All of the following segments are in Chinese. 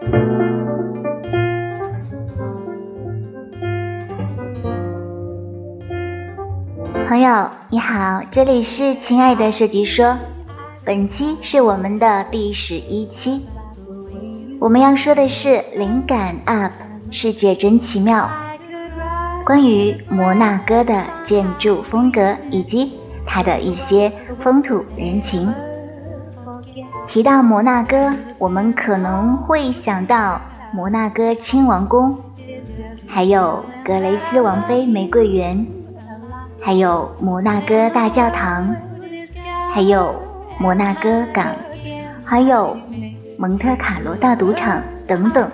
朋友你好，这里是亲爱的设计说，本期是我们的第11期。我们要说的是灵感 UP， 世界真奇妙，关于摩纳哥的建筑风格以及它的一些风土人情。提到摩纳哥，我们可能会想到摩纳哥亲王宫，还有格雷斯王妃玫瑰园，还有摩纳哥大教堂，还有摩纳哥港，还有蒙特卡罗大赌场等等。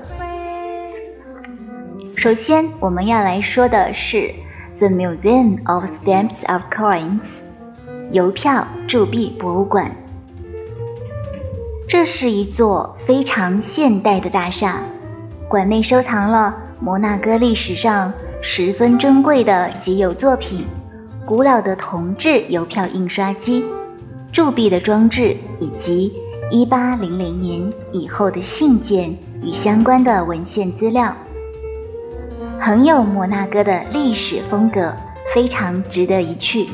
首先我们要来说的是 The Museum of Stamps of Coins 邮票铸币博物馆。这是一座非常现代的大厦，馆内收藏了摩纳哥历史上十分珍贵的集邮作品，古老的铜制邮票印刷机，铸币的装置，以及1800年以后的信件与相关的文献资料，很有摩纳哥的历史风格，非常值得一去。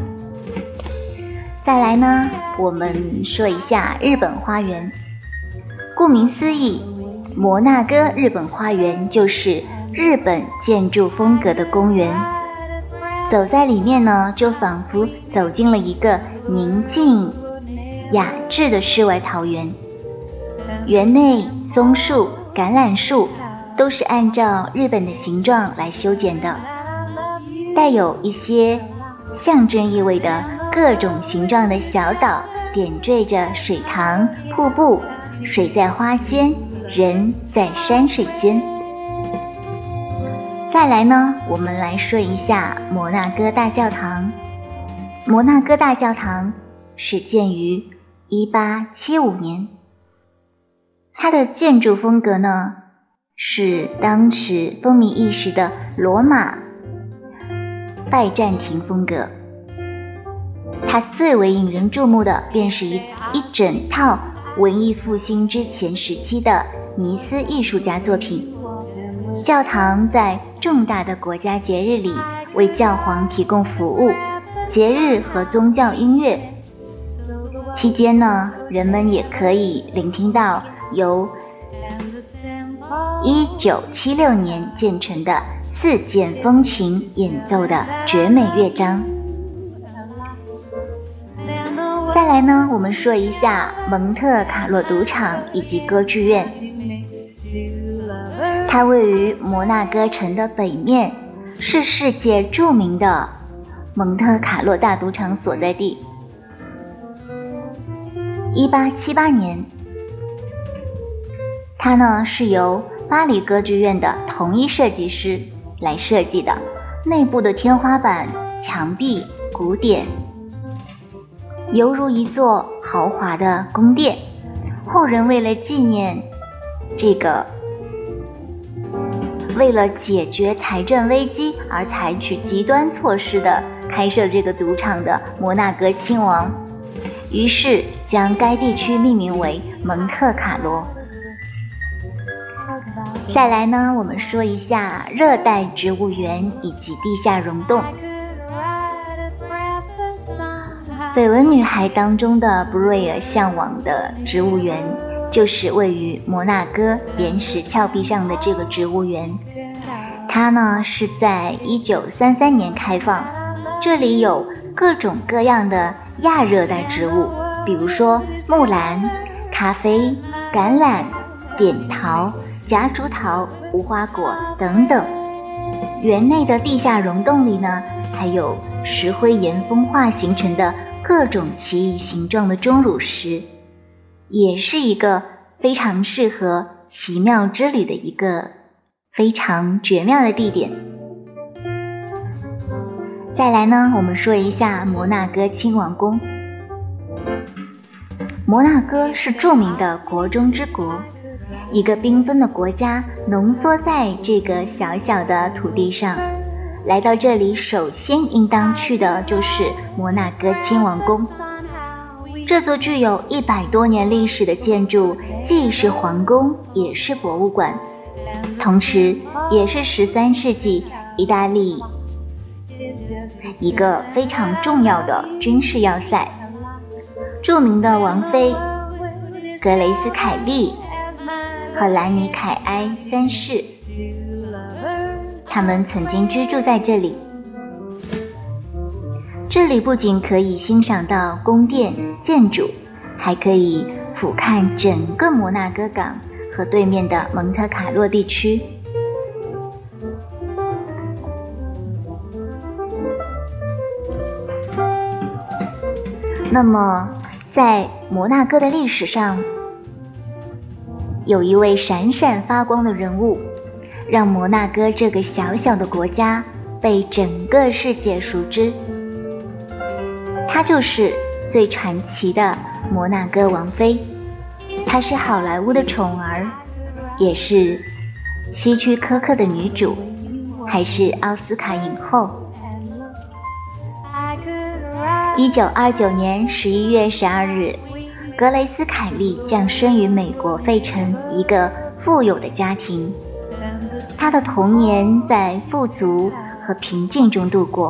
再来呢，我们说一下日本花园。顾名思义，摩纳哥日本花园就是日本建筑风格的公园。走在里面呢，就仿佛走进了一个宁静雅致的世外桃源。园内松树、橄榄树都是按照日本的形状来修剪的，带有一些象征意味的各种形状的小岛点缀着水塘、瀑布，水在花间，人在山水间。再来呢，我们来说一下摩纳哥大教堂。摩纳哥大教堂始建于1875年，它的建筑风格呢是当时风靡一时的罗马拜占庭风格。它最为引人注目的便是一整套文艺复兴之前时期的尼斯艺术家作品。教堂在重大的国家节日里为教皇提供服务，节日和宗教音乐期间呢，人们也可以聆听到由1976年建成的四件风琴演奏的绝美乐章。再来呢，我们说一下蒙特卡洛赌场以及歌剧院。它位于摩纳哥城的北面，是世界著名的蒙特卡洛大赌场所在地。1878年，它呢是由巴黎歌剧院的同一设计师来设计的，内部的天花板、墙壁古典，犹如一座豪华的宫殿。后人为了纪念为了解决财政危机而采取极端措施的开设这个赌场的摩纳哥亲王，于是将该地区命名为蒙特卡罗。再来呢，我们说一下热带植物园以及地下溶洞。绯闻女孩当中的布瑞尔向往的植物园，就是位于摩纳哥岩石峭壁上的这个植物园。它呢是在1933年开放，这里有各种各样的亚热带植物，比如说木兰、咖啡、橄榄、扁桃、夹竹桃、无花果等等。园内的地下溶洞里呢，还有石灰岩风化形成的各种奇异形状的钟乳石，也是一个非常适合奇妙之旅的一个非常绝妙的地点。再来呢，我们说一下摩纳哥亲王宫。摩纳哥是著名的国中之国，一个缤纷的国家浓缩在这个小小的土地上。来到这里，首先应当去的就是摩纳哥亲王宫。 这座具有100多年历史的建筑，既是皇宫，也是博物馆，同时也是13世纪意大利一个非常重要的军事要塞。著名的王妃格雷斯凯利和兰尼凯埃3世，他们曾经居住在这里。这里不仅可以欣赏到宫殿建筑，还可以俯瞰整个摩纳哥港和对面的蒙特卡洛地区。那么在摩纳哥的历史上，有一位闪闪发光的人物，让摩纳哥这个小小的国家被整个世界熟知。她就是最传奇的摩纳哥王妃，她是好莱坞的宠儿，也是希区柯克的女主，还是奥斯卡影后。1929年11月12日，格雷斯凯利降生于美国费城一个富有的家庭。她的童年在富足和平静中度过，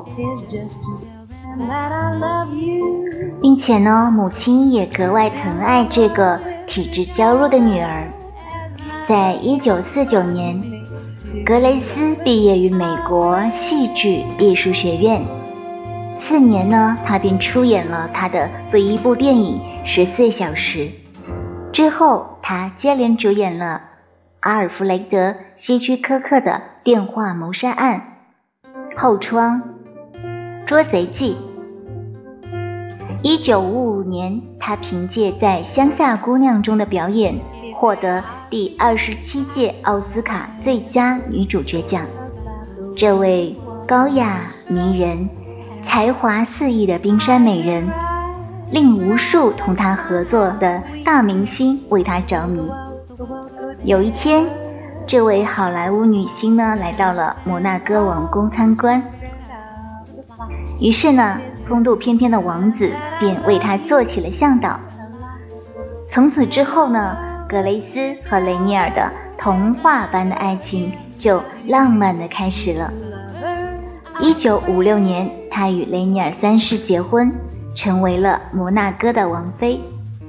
并且呢，母亲也格外疼爱这个体质娇弱的女儿。在1949年，格雷斯毕业于美国戏剧艺术学院。4年呢，她便出演了她的第一部电影《14小时》。之后，她接连主演了阿尔弗雷德·希区柯克的《电话谋杀案》、《后窗》、《捉贼记》。1955年，她凭借在《乡下姑娘》中的表演，获得第27届奥斯卡最佳女主角奖。这位高雅迷人、才华四溢的冰山美人，令无数同她合作的大明星为她着迷。有一天，这位好莱坞女星呢，来到了摩纳哥王宫参观。于是呢，风度翩翩的王子便为她做起了向导。从此之后呢，格雷斯和雷尼尔的童话般的爱情就浪漫地开始了。1956年，她与雷尼尔3世结婚，成为了摩纳哥的王妃。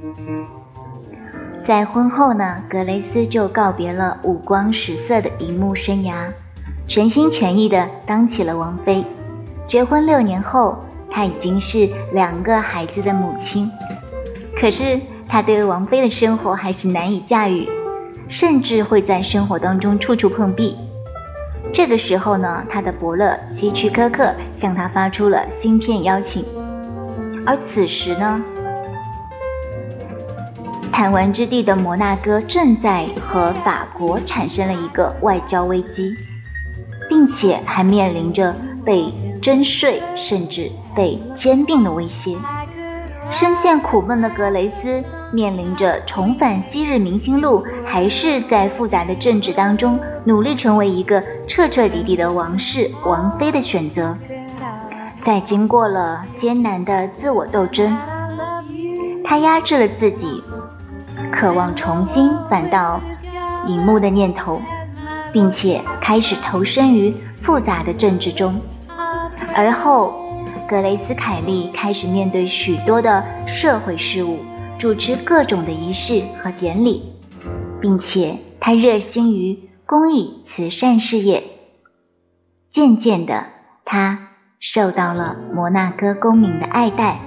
在婚后呢，格雷斯就告别了五光十色的荧幕生涯，全心全意地当起了王妃。结婚6年后，她已经是2个孩子的母亲。可是她对王妃的生活还是难以驾驭，甚至会在生活当中处处碰壁。这个时候呢，她的伯乐希区柯克向她发出了新片邀请。而此时呢，弹丸之地的摩纳哥正在和法国产生了一个外交危机，并且还面临着被征税甚至被兼并的威胁。深陷苦闷的格雷斯面临着重返昔日明星路，还是在复杂的政治当中努力成为一个彻彻底底的王室王妃的选择。在经过了艰难的自我斗争，她压制了自己渴望重新返到荧幕的念头，并且开始投身于复杂的政治中。而后格雷斯凯利开始面对许多的社会事务，主持各种的仪式和典礼，并且他热心于公益慈善事业。渐渐的，他受到了摩纳哥公民的爱戴。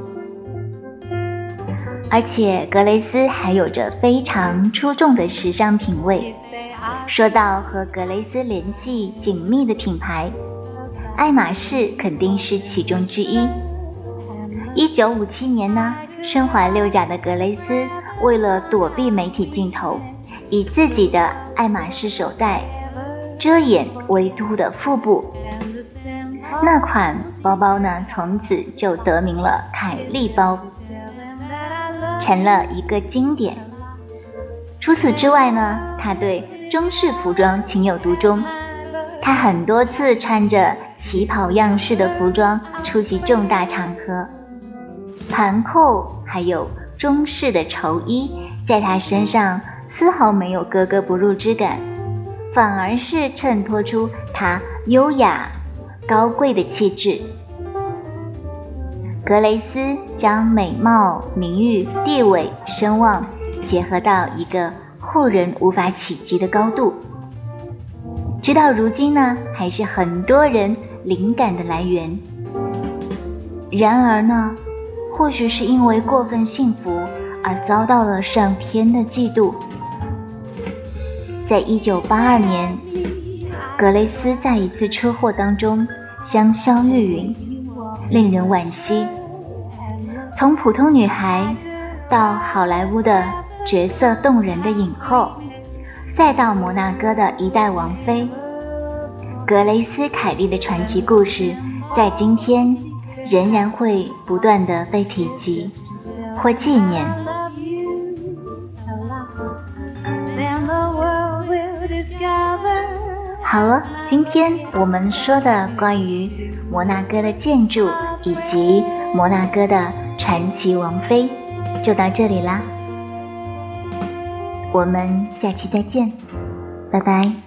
而且格雷斯还有着非常出众的时尚品味。说到和格雷斯联系紧密的品牌，爱马仕肯定是其中之一。1957年呢，身怀6甲的格雷斯为了躲避媒体镜头，以自己的爱马仕手袋遮掩微凸的腹部。那款包包呢，从此就得名了凯利包，成了一个经典。除此之外呢，他对中式服装情有独钟。他很多次穿着旗袍样式的服装出席重大场合，盘扣还还有中式的绸衣，在她身上丝毫没有格格不入之感，反而是衬托出她优雅高贵的气质。格雷斯将美貌、名誉、地位、声望结合到一个后人无法企及的高度，直到如今呢，还是很多人灵感的来源。然而呢，或许是因为过分幸福而遭到了上天的嫉妒。在1982年，格雷斯在一次车祸当中香消玉殒，令人惋惜。从普通女孩到好莱坞的角色动人的影后，再到摩纳哥的一代王妃，格雷斯凯利的传奇故事在今天仍然会不断的被提及或纪念。好了，今天我们说的关于摩纳哥的建筑以及摩纳哥的传奇王妃就到这里啦，我们下期再见，拜拜。